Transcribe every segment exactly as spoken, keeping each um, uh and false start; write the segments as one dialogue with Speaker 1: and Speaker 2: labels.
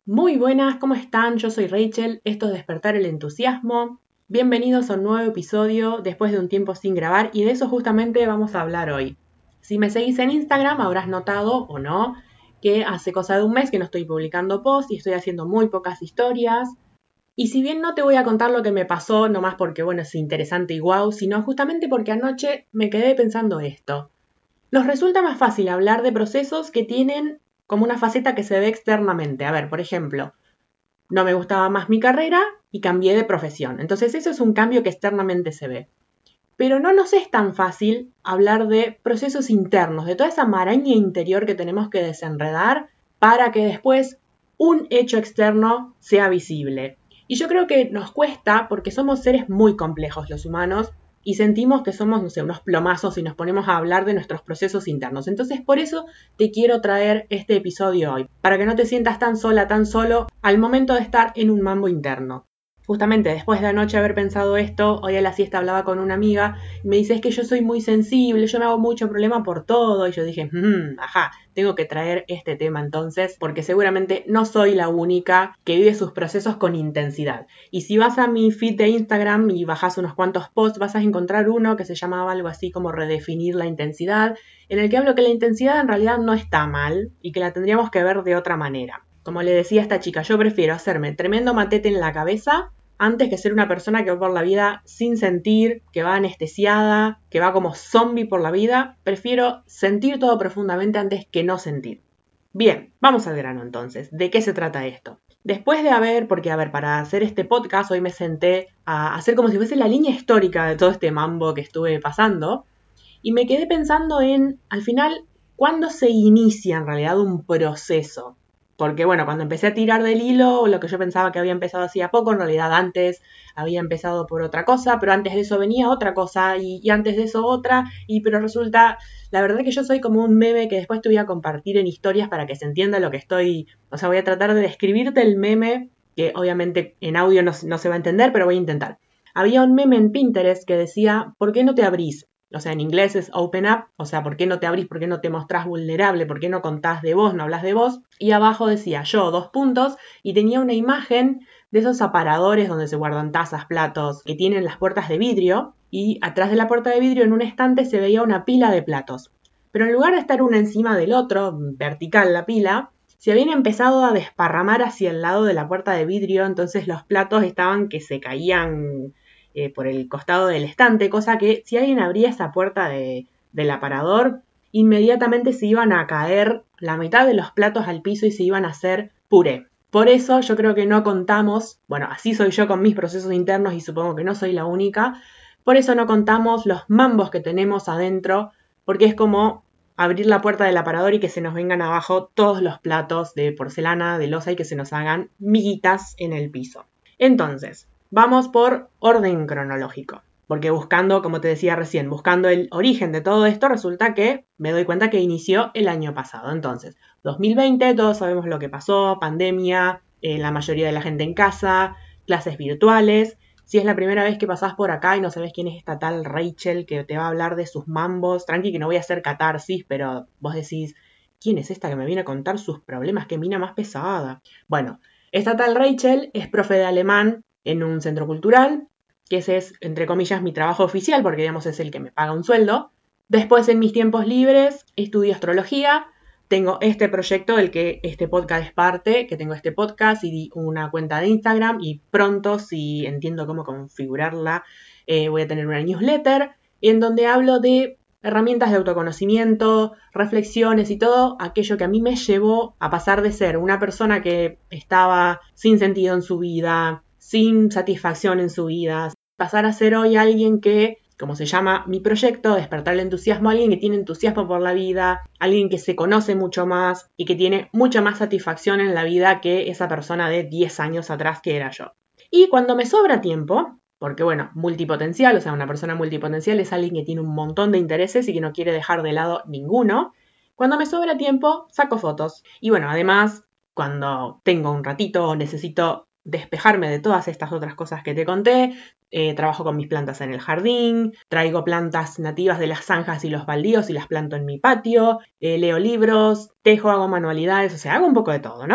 Speaker 1: Muy buenas, ¿cómo están? Yo soy Rachel, esto es Despertar el Entusiasmo. Bienvenidos a un nuevo episodio después de un tiempo sin grabar y de eso justamente vamos a hablar hoy. Si me seguís en Instagram habrás notado o no que hace cosa de un mes que no estoy publicando posts y estoy haciendo muy pocas historias. Y si bien no te voy a contar lo que me pasó, nomás porque bueno es interesante y guau, sino justamente porque anoche me quedé pensando esto. Nos resulta más fácil hablar de procesos que tienen como una faceta que se ve externamente. A ver, por ejemplo, no me gustaba más mi carrera y cambié de profesión. Entonces eso es un cambio que externamente se ve. Pero no nos es tan fácil hablar de procesos internos, de toda esa maraña interior que tenemos que desenredar para que después un hecho externo sea visible. Y yo creo que nos cuesta porque somos seres muy complejos los humanos y sentimos que somos, no sé, unos plomazos y nos ponemos a hablar de nuestros procesos internos. Entonces por eso te quiero traer este episodio hoy, para que no te sientas tan sola, tan solo al momento de estar en un mambo interno. Justamente después de anoche haber pensado esto, hoy a la siesta hablaba con una amiga y me dice, es que yo soy muy sensible, yo me hago mucho problema por todo. Y yo dije, mmm, ajá, tengo que traer este tema entonces, porque seguramente no soy la única que vive sus procesos con intensidad. Y si vas a mi feed de Instagram y bajas unos cuantos posts, vas a encontrar uno que se llamaba algo así como redefinir la intensidad, en el que hablo que la intensidad en realidad no está mal y que la tendríamos que ver de otra manera. Como le decía a esta chica, yo prefiero hacerme tremendo matete en la cabeza antes que ser una persona que va por la vida sin sentir, que va anestesiada, que va como zombie por la vida. Prefiero sentir todo profundamente antes que no sentir. Bien, vamos al grano entonces. ¿De qué se trata esto? Después de haber, porque a ver, para hacer este podcast hoy me senté a hacer como si fuese la línea histórica de todo este mambo que estuve pasando y me quedé pensando en, al final, ¿cuándo se inicia en realidad un proceso? Porque bueno, cuando empecé a tirar del hilo, lo que yo pensaba que había empezado hacía poco, en realidad antes había empezado por otra cosa, pero antes de eso venía otra cosa y, y antes de eso otra, y pero resulta, la verdad que yo soy como un meme que después te voy a compartir en historias para que se entienda lo que estoy, o sea, voy a tratar de describirte el meme, que obviamente en audio no, no se va a entender, pero voy a intentar. Había un meme en Pinterest que decía, ¿por qué no te abrís? O sea, en inglés es open up, o sea, ¿por qué no te abrís? ¿Por qué no te mostrás vulnerable? ¿Por qué no contás de vos, no hablas de vos? Y abajo decía yo, dos puntos, y tenía una imagen de esos aparadores donde se guardan tazas, platos, que tienen las puertas de vidrio, y atrás de la puerta de vidrio en un estante se veía una pila de platos. Pero en lugar de estar uno encima del otro, vertical la pila, se habían empezado a desparramar hacia el lado de la puerta de vidrio, entonces los platos estaban que se caían Eh, por el costado del estante, cosa que si alguien abría esa puerta de, del aparador, inmediatamente se iban a caer la mitad de los platos al piso y se iban a hacer puré. Por eso yo creo que no contamos, bueno, así soy yo con mis procesos internos y supongo que no soy la única, por eso no contamos los mambos que tenemos adentro, porque es como abrir la puerta del aparador y que se nos vengan abajo todos los platos de porcelana, de loza y que se nos hagan miguitas en el piso. Entonces, vamos por orden cronológico, porque buscando, como te decía recién, buscando el origen de todo esto, resulta que me doy cuenta que inició el año pasado. Entonces, dos mil veinte, todos sabemos lo que pasó, pandemia, eh, la mayoría de la gente en casa, clases virtuales. Si es la primera vez que pasás por acá y no sabes quién es esta tal Rachel que te va a hablar de sus mambos, tranqui que no voy a hacer catarsis, pero vos decís, ¿quién es esta que me viene a contar sus problemas? ¡Qué mina más pesada! Bueno, esta tal Rachel es profe de alemán en un centro cultural, que ese es, entre comillas, mi trabajo oficial, porque digamos es el que me paga un sueldo. Después, en mis tiempos libres, estudio astrología. Tengo este proyecto del que este podcast es parte, que tengo este podcast y una cuenta de Instagram y pronto, si entiendo cómo configurarla, eh, voy a tener una newsletter en donde hablo de herramientas de autoconocimiento, reflexiones y todo aquello que a mí me llevó a pasar de ser una persona que estaba sin sentido en su vida, sin satisfacción en su vida, pasar a ser hoy alguien que, como se llama mi proyecto, despertar el entusiasmo, alguien que tiene entusiasmo por la vida, alguien que se conoce mucho más y que tiene mucha más satisfacción en la vida que esa persona de diez años atrás que era yo. Y cuando me sobra tiempo, porque bueno, multipotencial, o sea, una persona multipotencial es alguien que tiene un montón de intereses y que no quiere dejar de lado ninguno. Cuando me sobra tiempo, saco fotos. Y bueno, además, cuando tengo un ratito o necesito despejarme de todas estas otras cosas que te conté, eh, trabajo con mis plantas en el jardín, traigo plantas nativas de las zanjas y los baldíos y las planto en mi patio, eh, leo libros, tejo, hago manualidades, o sea, hago un poco de todo, ¿no?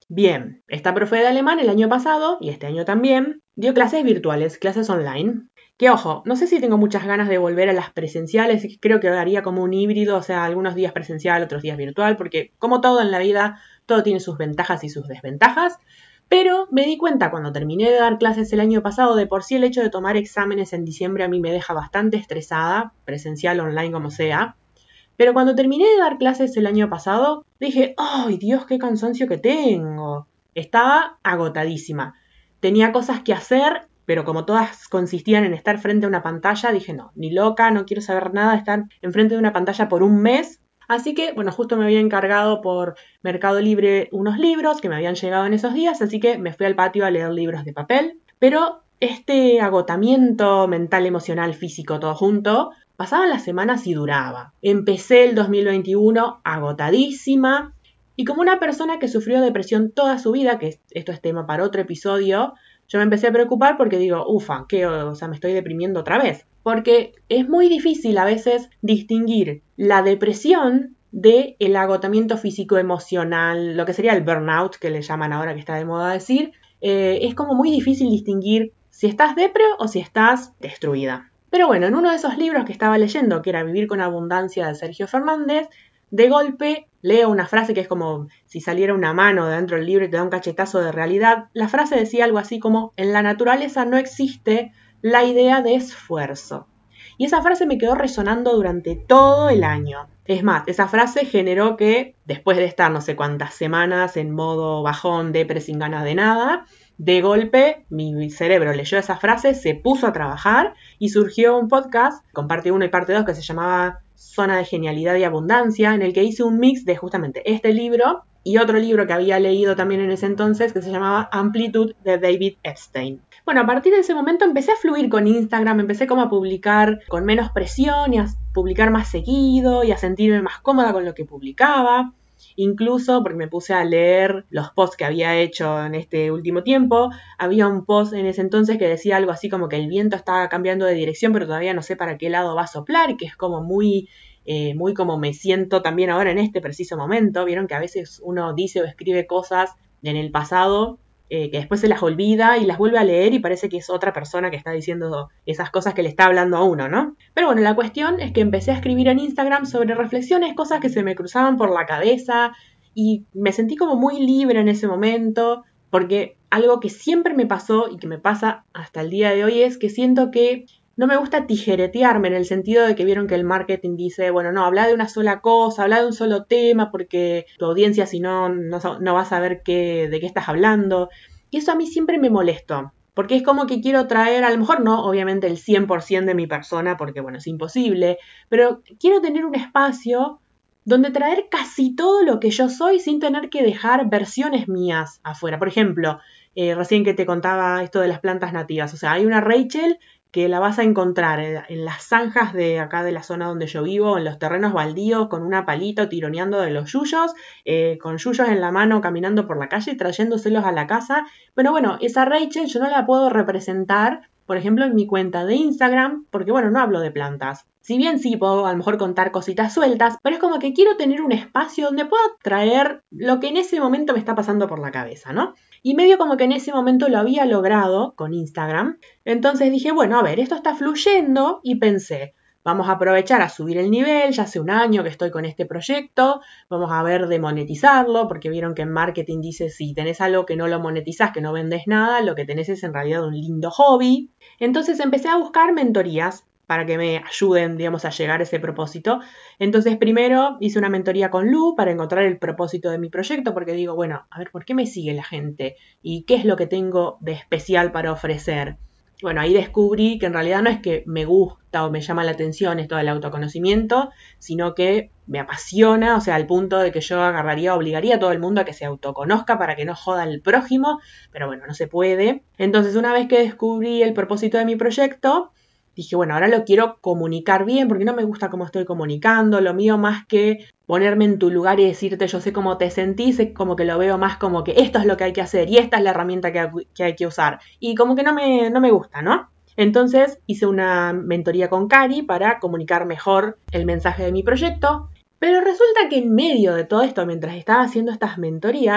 Speaker 1: Bien, esta profe de alemán el año pasado, y este año también, dio clases virtuales, clases online. Que ojo, no sé si tengo muchas ganas de volver a las presenciales, creo que haría como un híbrido, o sea, algunos días presencial, otros días virtual, porque como todo en la vida, todo tiene sus ventajas y sus desventajas. Pero me di cuenta cuando terminé de dar clases el año pasado, de por sí el hecho de tomar exámenes en diciembre a mí me deja bastante estresada, presencial, online, como sea. Pero cuando terminé de dar clases el año pasado, dije, ¡ay, Dios, qué cansancio que tengo! Estaba agotadísima. Tenía cosas que hacer, pero como todas consistían en estar frente a una pantalla, dije, no, ni loca, no quiero saber nada de estar enfrente de una pantalla por un mes. Así que, bueno, justo me había encargado por Mercado Libre unos libros que me habían llegado en esos días, así que me fui al patio a leer libros de papel. Pero este agotamiento mental, emocional, físico, todo junto, pasaban las semanas y duraba. Empecé el dos mil veintiuno agotadísima y como una persona que sufrió depresión toda su vida, que esto es tema para otro episodio, yo me empecé a preocupar porque digo, ufa, que, o sea, me estoy deprimiendo otra vez. Porque es muy difícil a veces distinguir la depresión de el agotamiento físico emocional, lo que sería el burnout, que le llaman ahora que está de moda decir. Eh, es como muy difícil distinguir si estás depre o si estás destruida. Pero bueno, en uno de esos libros que estaba leyendo, que era Vivir con Abundancia de Sergio Fernández, de golpe leo una frase que es como si saliera una mano de dentro del libro y te da un cachetazo de realidad. La frase decía algo así como, en la naturaleza no existe la idea de esfuerzo. Y esa frase me quedó resonando durante todo el año. Es más, esa frase generó que, después de estar no sé cuántas semanas en modo bajón, depre, sin ganas de nada, de golpe mi cerebro leyó esa frase, se puso a trabajar y surgió un podcast con parte uno y parte dos que se llamaba Zona de Genialidad y Abundancia, en el que hice un mix de justamente este libro y otro libro que había leído también en ese entonces que se llamaba Amplitude de David Epstein. Bueno, a partir de ese momento empecé a fluir con Instagram, empecé como a publicar con menos presión y a publicar más seguido y a sentirme más cómoda con lo que publicaba. Incluso porque me puse a leer los posts que había hecho en este último tiempo. Había un post en ese entonces que decía algo así como que el viento estaba cambiando de dirección, pero todavía no sé para qué lado va a soplar, que es como muy, eh, muy como me siento también ahora en este preciso momento. Vieron que a veces uno dice o escribe cosas en el pasado eh, que después se las olvida y las vuelve a leer y parece que es otra persona que está diciendo esas cosas que le está hablando a uno, ¿no? Pero bueno, la cuestión es que empecé a escribir en Instagram sobre reflexiones, cosas que se me cruzaban por la cabeza y me sentí como muy libre en ese momento, porque algo que siempre me pasó y que me pasa hasta el día de hoy es que siento que no me gusta tijeretearme en el sentido de que vieron que el marketing dice, bueno, no, habla de una sola cosa, habla de un solo tema porque tu audiencia si no, no, no va a saber qué, de qué estás hablando. Y eso a mí siempre me molestó, porque es como que quiero traer, a lo mejor no, obviamente el cien por ciento de mi persona, porque bueno, es imposible, pero quiero tener un espacio donde traer casi todo lo que yo soy sin tener que dejar versiones mías afuera. Por ejemplo, eh, recién que te contaba esto de las plantas nativas, o sea, hay una Rachel que la vas a encontrar en, en las zanjas de acá de la zona donde yo vivo, en los terrenos baldíos, con una palito tironeando de los yuyos, eh, con yuyos en la mano caminando por la calle, trayéndoselos a la casa. Pero bueno, esa Rachel yo no la puedo representar, por ejemplo, en mi cuenta de Instagram, porque bueno, no hablo de plantas. Si bien sí puedo a lo mejor contar cositas sueltas, pero es como que quiero tener un espacio donde pueda traer lo que en ese momento me está pasando por la cabeza, ¿no? Y medio como que en ese momento lo había logrado con Instagram. Entonces dije, bueno, a ver, esto está fluyendo y pensé, vamos a aprovechar a subir el nivel, ya hace un año que estoy con este proyecto, vamos a ver de monetizarlo, porque vieron que en marketing dice, si tenés algo que no lo monetizás, que no vendés nada, lo que tenés es en realidad un lindo hobby. Entonces empecé a buscar mentorías para que me ayuden, digamos, a llegar a ese propósito. Entonces, primero hice una mentoría con Lu para encontrar el propósito de mi proyecto, porque digo, bueno, a ver, ¿por qué me sigue la gente? ¿Y qué es lo que tengo de especial para ofrecer? Bueno, ahí descubrí que en realidad no es que me gusta o me llama la atención esto del autoconocimiento, sino que me apasiona, o sea, al punto de que yo agarraría, obligaría a todo el mundo a que se autoconozca para que no joda al prójimo, pero bueno, no se puede. Entonces, una vez que descubrí el propósito de mi proyecto, dije, bueno, ahora lo quiero comunicar bien porque no me gusta cómo estoy comunicando, lo mío más que ponerme en tu lugar y decirte yo sé cómo te sentís, es como que lo veo más como que esto es lo que hay que hacer y esta es la herramienta que, que hay que usar. Y como que no me, no me gusta, ¿no? Entonces hice una mentoría con Cari para comunicar mejor el mensaje de mi proyecto, pero resulta que en medio de todo esto, mientras estaba haciendo estas mentorías,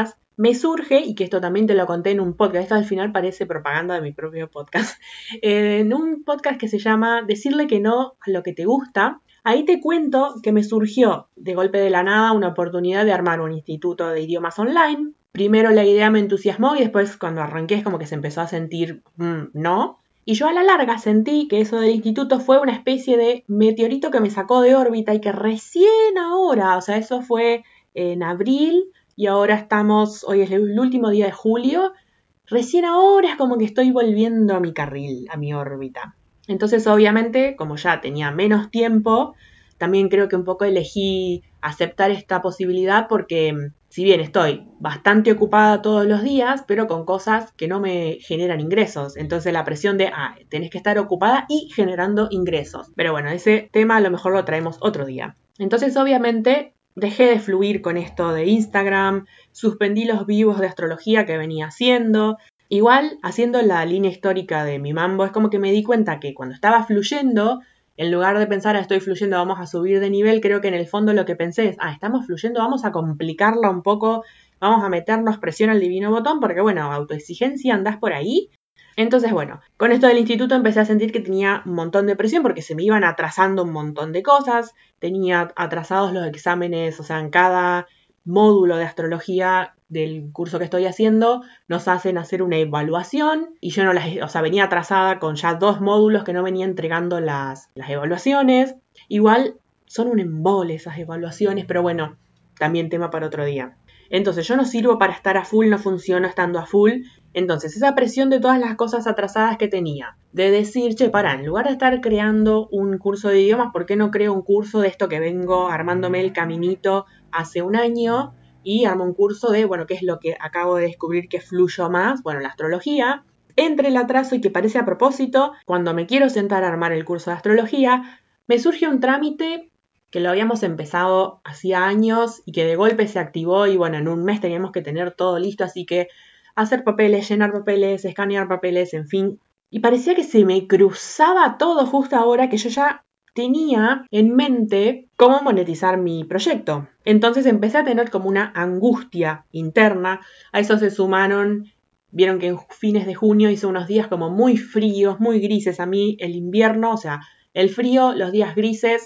Speaker 1: me surge, y que esto también te lo conté en un podcast, esto al final parece propaganda de mi propio podcast, en un podcast que se llama Decirle que no a lo que te gusta. Ahí te cuento que me surgió de golpe de la nada una oportunidad de armar un instituto de idiomas online. Primero la idea me entusiasmó y después cuando arranqué es como que se empezó a sentir mmm, no. Y yo a la larga sentí que eso del instituto fue una especie de meteorito que me sacó de órbita y que recién ahora, o sea, eso fue en abril y ahora estamos, hoy es el último día de julio, recién ahora es como que estoy volviendo a mi carril, a mi órbita. Entonces, obviamente, como ya tenía menos tiempo, también creo que un poco elegí aceptar esta posibilidad porque si bien estoy bastante ocupada todos los días, pero con cosas que no me generan ingresos. Entonces la presión de, ah, tenés que estar ocupada y generando ingresos. Pero bueno, ese tema a lo mejor lo traemos otro día. Entonces, obviamente, dejé de fluir con esto de Instagram, suspendí los vivos de astrología que venía haciendo. Igual, haciendo la línea histórica de mi mambo, es como que me di cuenta que cuando estaba fluyendo, en lugar de pensar, ah, estoy fluyendo, vamos a subir de nivel, creo que en el fondo lo que pensé es, ah, estamos fluyendo, vamos a complicarla un poco, vamos a meternos presión al divino botón, porque bueno, autoexigencia, andás por ahí. Entonces, bueno, con esto del instituto empecé a sentir que tenía un montón de presión porque se me iban atrasando un montón de cosas, tenía atrasados los exámenes, o sea, en cada módulo de astrología del curso que estoy haciendo nos hacen hacer una evaluación y yo no las, o sea, venía atrasada con ya dos módulos que no venía entregando las, las evaluaciones. Igual son un embole esas evaluaciones, pero bueno, también tema para otro día. Entonces yo no sirvo para estar a full, no funciono estando a full. Entonces esa presión de todas las cosas atrasadas que tenía, de decir, che, pará, en lugar de estar creando un curso de idiomas, ¿por qué no creo un curso de esto que vengo armándome el caminito hace un año? Y armo un curso de, bueno, qué es lo que acabo de descubrir que fluyo más, bueno, la astrología. Entre el atraso y que parece a propósito, cuando me quiero sentar a armar el curso de astrología, me surge un trámite que lo habíamos empezado hacía años y que de golpe se activó y bueno, en un mes teníamos que tener todo listo, así que hacer papeles, llenar papeles, escanear papeles, en fin. Y parecía que se me cruzaba todo justo ahora que yo ya tenía en mente cómo monetizar mi proyecto. Entonces empecé a tener como una angustia interna. A eso se sumaron, vieron que en fines de junio hizo unos días como muy fríos, muy grises. A mí el invierno, o sea, el frío, los días grises,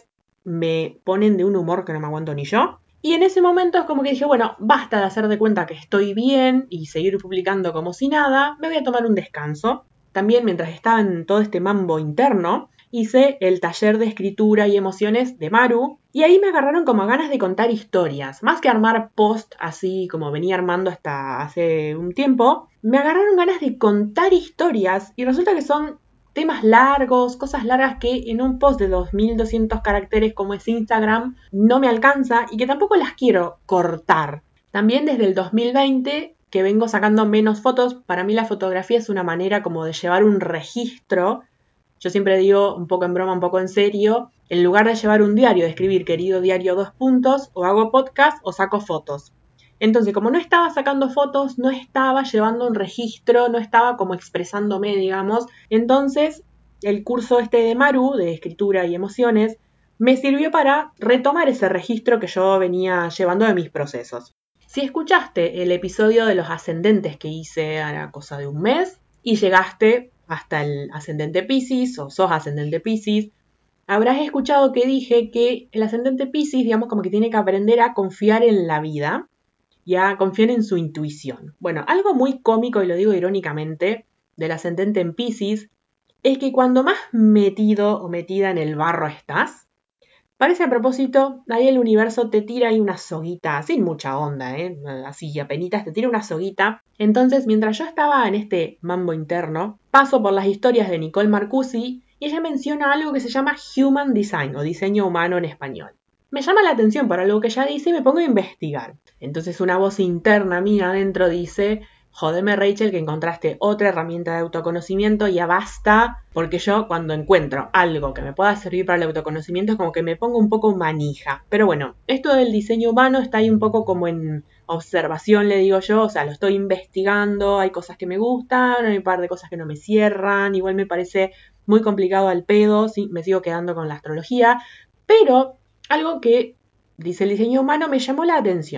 Speaker 1: me ponen de un humor que no me aguanto ni yo. Y en ese momento es como que dije, bueno, basta de hacer de cuenta que estoy bien y seguir publicando como si nada, me voy a tomar un descanso. También mientras estaba en todo este mambo interno, hice el taller de escritura y emociones de Maru y ahí me agarraron como ganas de contar historias. Más que armar post así como venía armando hasta hace un tiempo, me agarraron ganas de contar historias y resulta que son temas largos, cosas largas que en un post de dos mil doscientos caracteres como es Instagram no me alcanza y que tampoco las quiero cortar. También desde el dos mil veinte que vengo sacando menos fotos, para mí la fotografía es una manera como de llevar un registro. Yo siempre digo, un poco en broma, un poco en serio, en lugar de llevar un diario, de escribir querido diario dos puntos, o hago podcast o saco fotos. Entonces, como no estaba sacando fotos, no estaba llevando un registro, no estaba como expresándome, digamos. Entonces, el curso este de Maru, de escritura y emociones, me sirvió para retomar ese registro que yo venía llevando de mis procesos. Si escuchaste el episodio de los ascendentes que hice a la cosa de un mes y llegaste hasta el ascendente Piscis o sos ascendente Piscis, habrás escuchado que dije que el ascendente Piscis, digamos, como que tiene que aprender a confiar en la vida y a confiar en su intuición. Bueno, algo muy cómico, y lo digo irónicamente, del ascendente en Piscis, es que cuando más metido o metida en el barro estás, parece a propósito, ahí el universo te tira ahí una soguita, sin mucha onda, ¿eh? Así apenitas te tira una soguita. Entonces, mientras yo estaba en este mambo interno, paso por las historias de Nicole Marcusi y ella menciona algo que se llama Human Design o diseño humano en español. Me llama la atención por algo que ella dice y me pongo a investigar. Entonces una voz interna mía adentro dice, jodeme Rachel que encontraste otra herramienta de autoconocimiento, ya basta, porque yo cuando encuentro algo que me pueda servir para el autoconocimiento es como que me pongo un poco manija. Pero bueno, esto del diseño humano está ahí un poco como en observación, le digo yo, o sea, lo estoy investigando, hay cosas que me gustan, hay un par de cosas que no me cierran, igual me parece muy complicado al pedo, sí, me sigo quedando con la astrología, pero algo que dice el diseño humano me llamó la atención.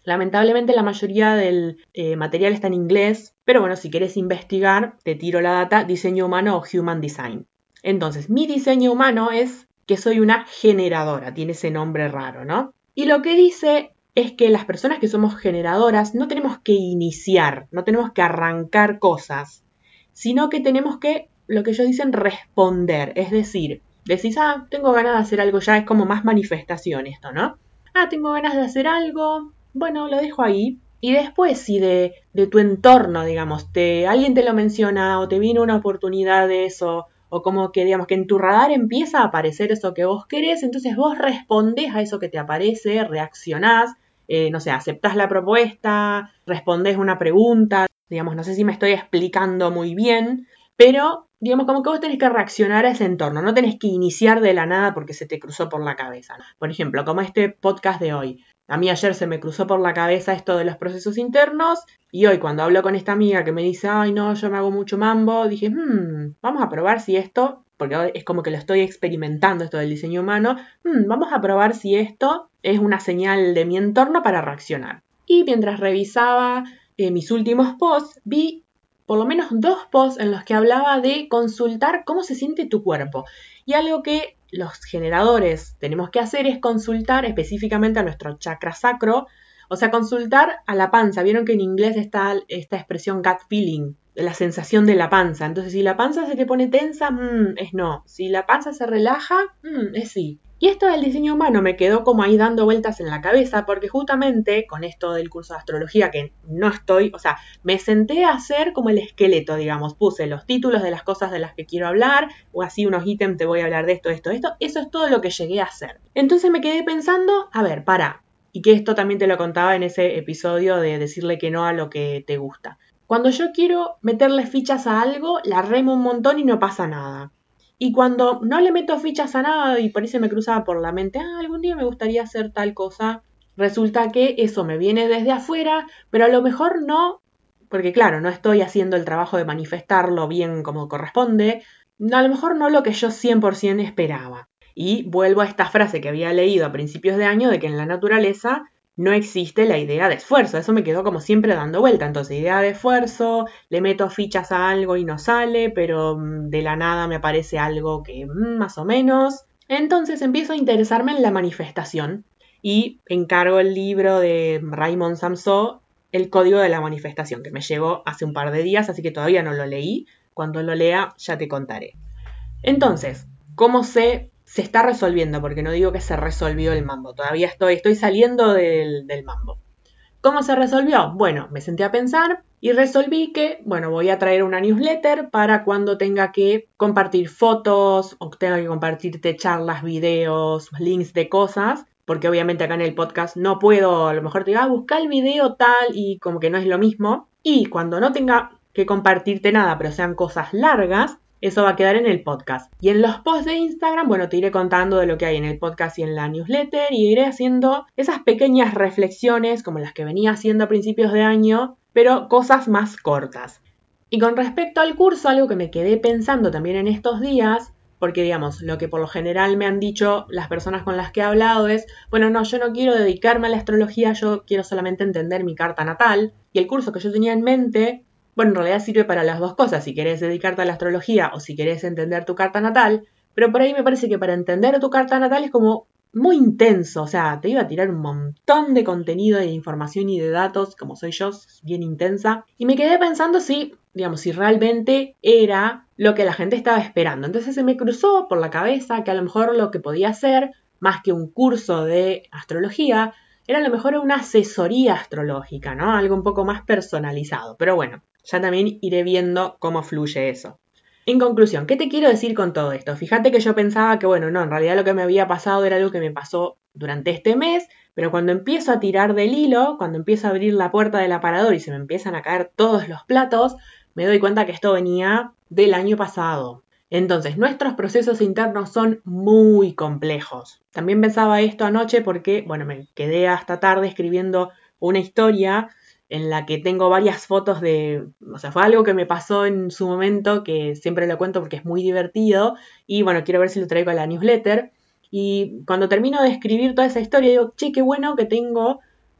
Speaker 1: Lamentablemente la mayoría del eh, material está en inglés, pero bueno, si querés investigar, te tiro la data, diseño humano o human design. Entonces, mi diseño humano es que soy una generadora, tiene ese nombre raro, ¿no? Y lo que dice es que las personas que somos generadoras no tenemos que iniciar, no tenemos que arrancar cosas, sino que tenemos que, lo que ellos dicen, responder. Es decir, decís, ah, tengo ganas de hacer algo ya, es como más manifestación esto, ¿no? Ah, tengo ganas de hacer algo, bueno, lo dejo ahí. Y después, si de, de tu entorno, digamos, te, alguien te lo menciona o te viene una oportunidad de eso, o como que, digamos, que en tu radar empieza a aparecer eso que vos querés, entonces vos respondés a eso que te aparece, reaccionás, eh, no sé, aceptás la propuesta, respondés una pregunta, digamos, no sé si me estoy explicando muy bien, pero, digamos, como que vos tenés que reaccionar a ese entorno, no tenés que iniciar de la nada porque se te cruzó por la cabeza. Por ejemplo, como este podcast de hoy. A mí ayer se me cruzó por la cabeza esto de los procesos internos y hoy cuando hablo con esta amiga que me dice, ay no, yo me hago mucho mambo, dije, hmm, vamos a probar si esto, porque es como que lo estoy experimentando esto del diseño humano, hmm, vamos a probar si esto es una señal de mi entorno para reaccionar. Y mientras revisaba eh, mis últimos posts, vi por lo menos dos posts en los que hablaba de consultar cómo se siente tu cuerpo. Y algo que los generadores tenemos que hacer es consultar específicamente a nuestro chakra sacro, o sea, consultar a la panza. Vieron que en inglés está esta expresión gut feeling, la sensación de la panza. Entonces, si la panza se te pone tensa, mmm, es no. Si la panza se relaja, mmm, es sí. Y esto del diseño humano me quedó como ahí dando vueltas en la cabeza porque justamente con esto del curso de astrología que no estoy, o sea, me senté a hacer como el esqueleto, digamos, puse los títulos de las cosas de las que quiero hablar o así unos ítems, te voy a hablar de esto, esto, esto, eso es todo lo que llegué a hacer. Entonces me quedé pensando, a ver, para, y que esto también te lo contaba en ese episodio de decirle que no a lo que te gusta. Cuando yo quiero meterle fichas a algo, la remo un montón y no pasa nada. Y cuando no le meto fichas a nada y por ahí se me cruzaba por la mente, ah, algún día me gustaría hacer tal cosa, resulta que eso me viene desde afuera, pero a lo mejor no, porque claro, no estoy haciendo el trabajo de manifestarlo bien como corresponde, a lo mejor no lo que yo cien por ciento esperaba. Y vuelvo a esta frase que había leído a principios de año de que en la naturaleza no existe la idea de esfuerzo. Eso me quedó como siempre dando vuelta. Entonces, idea de esfuerzo, le meto fichas a algo y no sale, pero de la nada me aparece algo que mmm, más o menos. Entonces empiezo a interesarme en la manifestación y encargo el libro de Raymond Samson, El Código de la Manifestación, que me llegó hace un par de días, así que todavía no lo leí. Cuando lo lea ya te contaré. Entonces, ¿cómo se, se está resolviendo? Porque no digo que se resolvió el mambo, todavía estoy, estoy saliendo del, del mambo. ¿Cómo se resolvió? Bueno, me senté a pensar y resolví que, bueno, voy a traer una newsletter para cuando tenga que compartir fotos o tenga que compartirte charlas, videos, links de cosas, porque obviamente acá en el podcast no puedo, a lo mejor te digo, ah, busca el video tal y como que no es lo mismo. Y cuando no tenga que compartirte nada, pero sean cosas largas, eso va a quedar en el podcast. Y en los posts de Instagram, bueno, te iré contando de lo que hay en el podcast y en la newsletter y iré haciendo esas pequeñas reflexiones como las que venía haciendo a principios de año, pero cosas más cortas. Y con respecto al curso, algo que me quedé pensando también en estos días, porque digamos, lo que por lo general me han dicho las personas con las que he hablado es, bueno, no, yo no quiero dedicarme a la astrología, yo quiero solamente entender mi carta natal. Y el curso que yo tenía en mente, bueno, en realidad sirve para las dos cosas, si querés dedicarte a la astrología o si querés entender tu carta natal, pero por ahí me parece que para entender tu carta natal es como muy intenso, o sea, te iba a tirar un montón de contenido, de información y de datos, como soy yo, bien intensa, y me quedé pensando si, digamos, si realmente era lo que la gente estaba esperando. Entonces se me cruzó por la cabeza que a lo mejor lo que podía hacer, más que un curso de astrología, era a lo mejor una asesoría astrológica, ¿no? Algo un poco más personalizado, pero bueno, ya también iré viendo cómo fluye eso. En conclusión, ¿qué te quiero decir con todo esto? Fíjate que yo pensaba que, bueno, no, en realidad lo que me había pasado era algo que me pasó durante este mes, pero cuando empiezo a tirar del hilo, cuando empiezo a abrir la puerta del aparador y se me empiezan a caer todos los platos, me doy cuenta que esto venía del año pasado. Entonces, nuestros procesos internos son muy complejos. También pensaba esto anoche porque, bueno, me quedé hasta tarde escribiendo una historia en la que tengo varias fotos de, o sea, fue algo que me pasó en su momento, que siempre lo cuento porque es muy divertido, y bueno, quiero ver si lo traigo a la newsletter. Y cuando termino de escribir toda esa historia, digo, che, qué bueno que tengo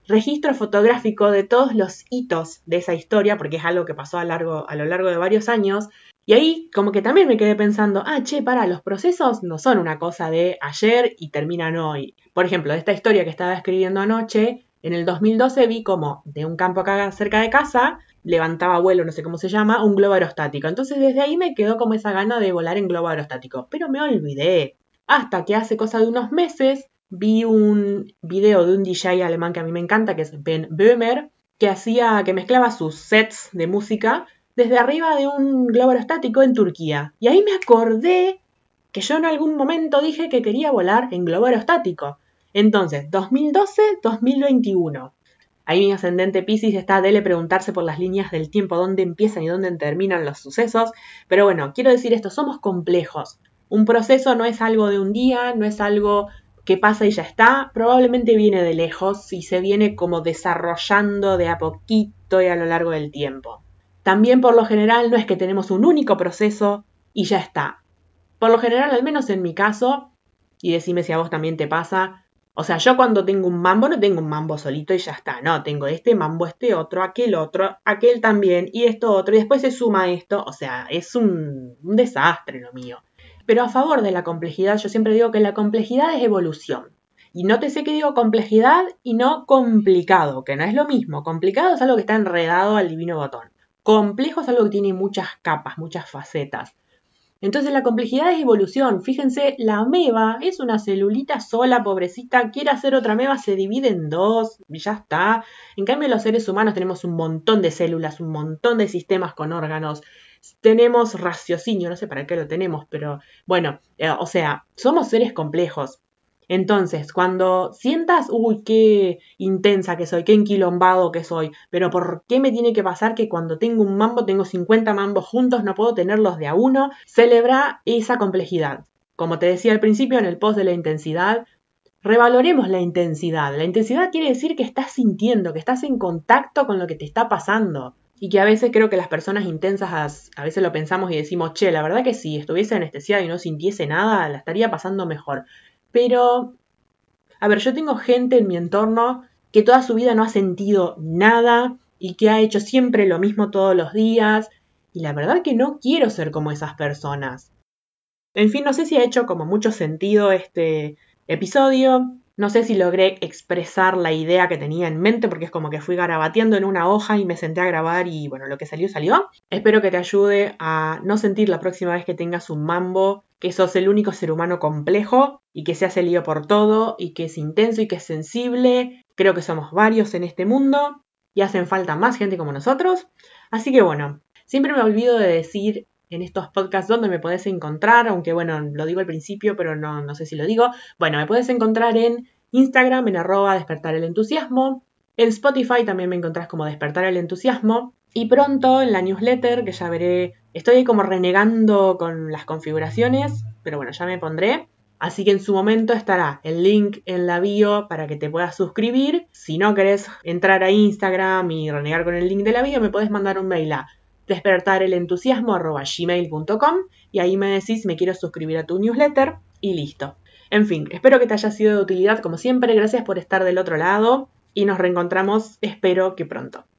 Speaker 1: registro fotográfico de todos los hitos de esa historia, porque es algo que pasó a, largo, a lo largo de varios años. Y ahí como que también me quedé pensando, ah, che, para, los procesos no son una cosa de ayer y terminan hoy. Por ejemplo, de esta historia que estaba escribiendo anoche, en el dos mil doce vi como de un campo acá cerca de casa levantaba vuelo, no sé cómo se llama, un globo aerostático. Entonces desde ahí me quedó como esa gana de volar en globo aerostático. Pero me olvidé. Hasta que hace cosa de unos meses vi un video de un D J alemán que a mí me encanta, que es Ben Böhmer, que hacía, que mezclaba sus sets de música desde arriba de un globo aerostático en Turquía. Y ahí me acordé que yo en algún momento dije que quería volar en globo aerostático. Entonces, dos mil doce a dos mil veintiuno. Ahí mi ascendente Piscis está de preguntarse por las líneas del tiempo, dónde empiezan y dónde terminan los sucesos. Pero bueno, quiero decir esto, somos complejos. Un proceso no es algo de un día, no es algo que pasa y ya está. Probablemente viene de lejos y se viene como desarrollando de a poquito y a lo largo del tiempo. También por lo general no es que tenemos un único proceso y ya está. Por lo general, al menos en mi caso, y decime si a vos también te pasa, o sea, yo cuando tengo un mambo no tengo un mambo solito y ya está, no, tengo este mambo, este otro, aquel otro, aquel también y esto otro y después se suma esto, o sea, es un, un desastre lo mío. Pero a favor de la complejidad, yo siempre digo que la complejidad es evolución. Y nótese que digo complejidad y no complicado, que no es lo mismo. Complicado es algo que está enredado al divino botón. Complejo es algo que tiene muchas capas, muchas facetas. Entonces la complejidad es evolución. Fíjense, la ameba es una celulita sola, pobrecita, quiere hacer otra ameba, se divide en dos y ya está. En cambio los seres humanos tenemos un montón de células, un montón de sistemas con órganos. Tenemos raciocinio, no sé para qué lo tenemos, pero bueno, eh, o sea, somos seres complejos. Entonces, cuando sientas, uy, qué intensa que soy, qué enquilombado que soy, pero ¿por qué me tiene que pasar que cuando tengo un mambo, tengo cincuenta mambos juntos, no puedo tenerlos de a uno? Celebra esa complejidad. Como te decía al principio en el post de la intensidad, revaloremos la intensidad. La intensidad quiere decir que estás sintiendo, que estás en contacto con lo que te está pasando. Y que a veces creo que las personas intensas a veces lo pensamos y decimos, che, la verdad que si estuviese anestesiada y no sintiese nada, la estaría pasando mejor. Pero, a ver, yo tengo gente en mi entorno que toda su vida no ha sentido nada y que ha hecho siempre lo mismo todos los días. Y la verdad que no quiero ser como esas personas. En fin, no sé si ha hecho como mucho sentido este episodio. No sé si logré expresar la idea que tenía en mente porque es como que fui garabateando en una hoja y me senté a grabar y bueno, lo que salió salió. Espero que te ayude a no sentir la próxima vez que tengas un mambo que sos el único ser humano complejo y que se hace lío por todo y que es intenso y que es sensible. Creo que somos varios en este mundo y hacen falta más gente como nosotros. Así que bueno, siempre me olvido de decir en estos podcasts dónde me podés encontrar, aunque bueno, lo digo al principio, pero no, no sé si lo digo. Bueno, me podés encontrar en Instagram, en arroba despertar el entusiasmo. En Spotify también me encontrás como despertar el entusiasmo. Y pronto en la newsletter, que ya veré, estoy ahí como renegando con las configuraciones, pero bueno, ya me pondré. Así que en su momento estará el link en la bio para que te puedas suscribir. Si no querés entrar a Instagram y renegar con el link de la bio, me podés mandar un mail a despertarelentusiasmo arroba gmail punto com y ahí me decís me quiero suscribir a tu newsletter y listo. En fin, espero que te haya sido de utilidad como siempre, gracias por estar del otro lado y nos reencontramos, espero que pronto.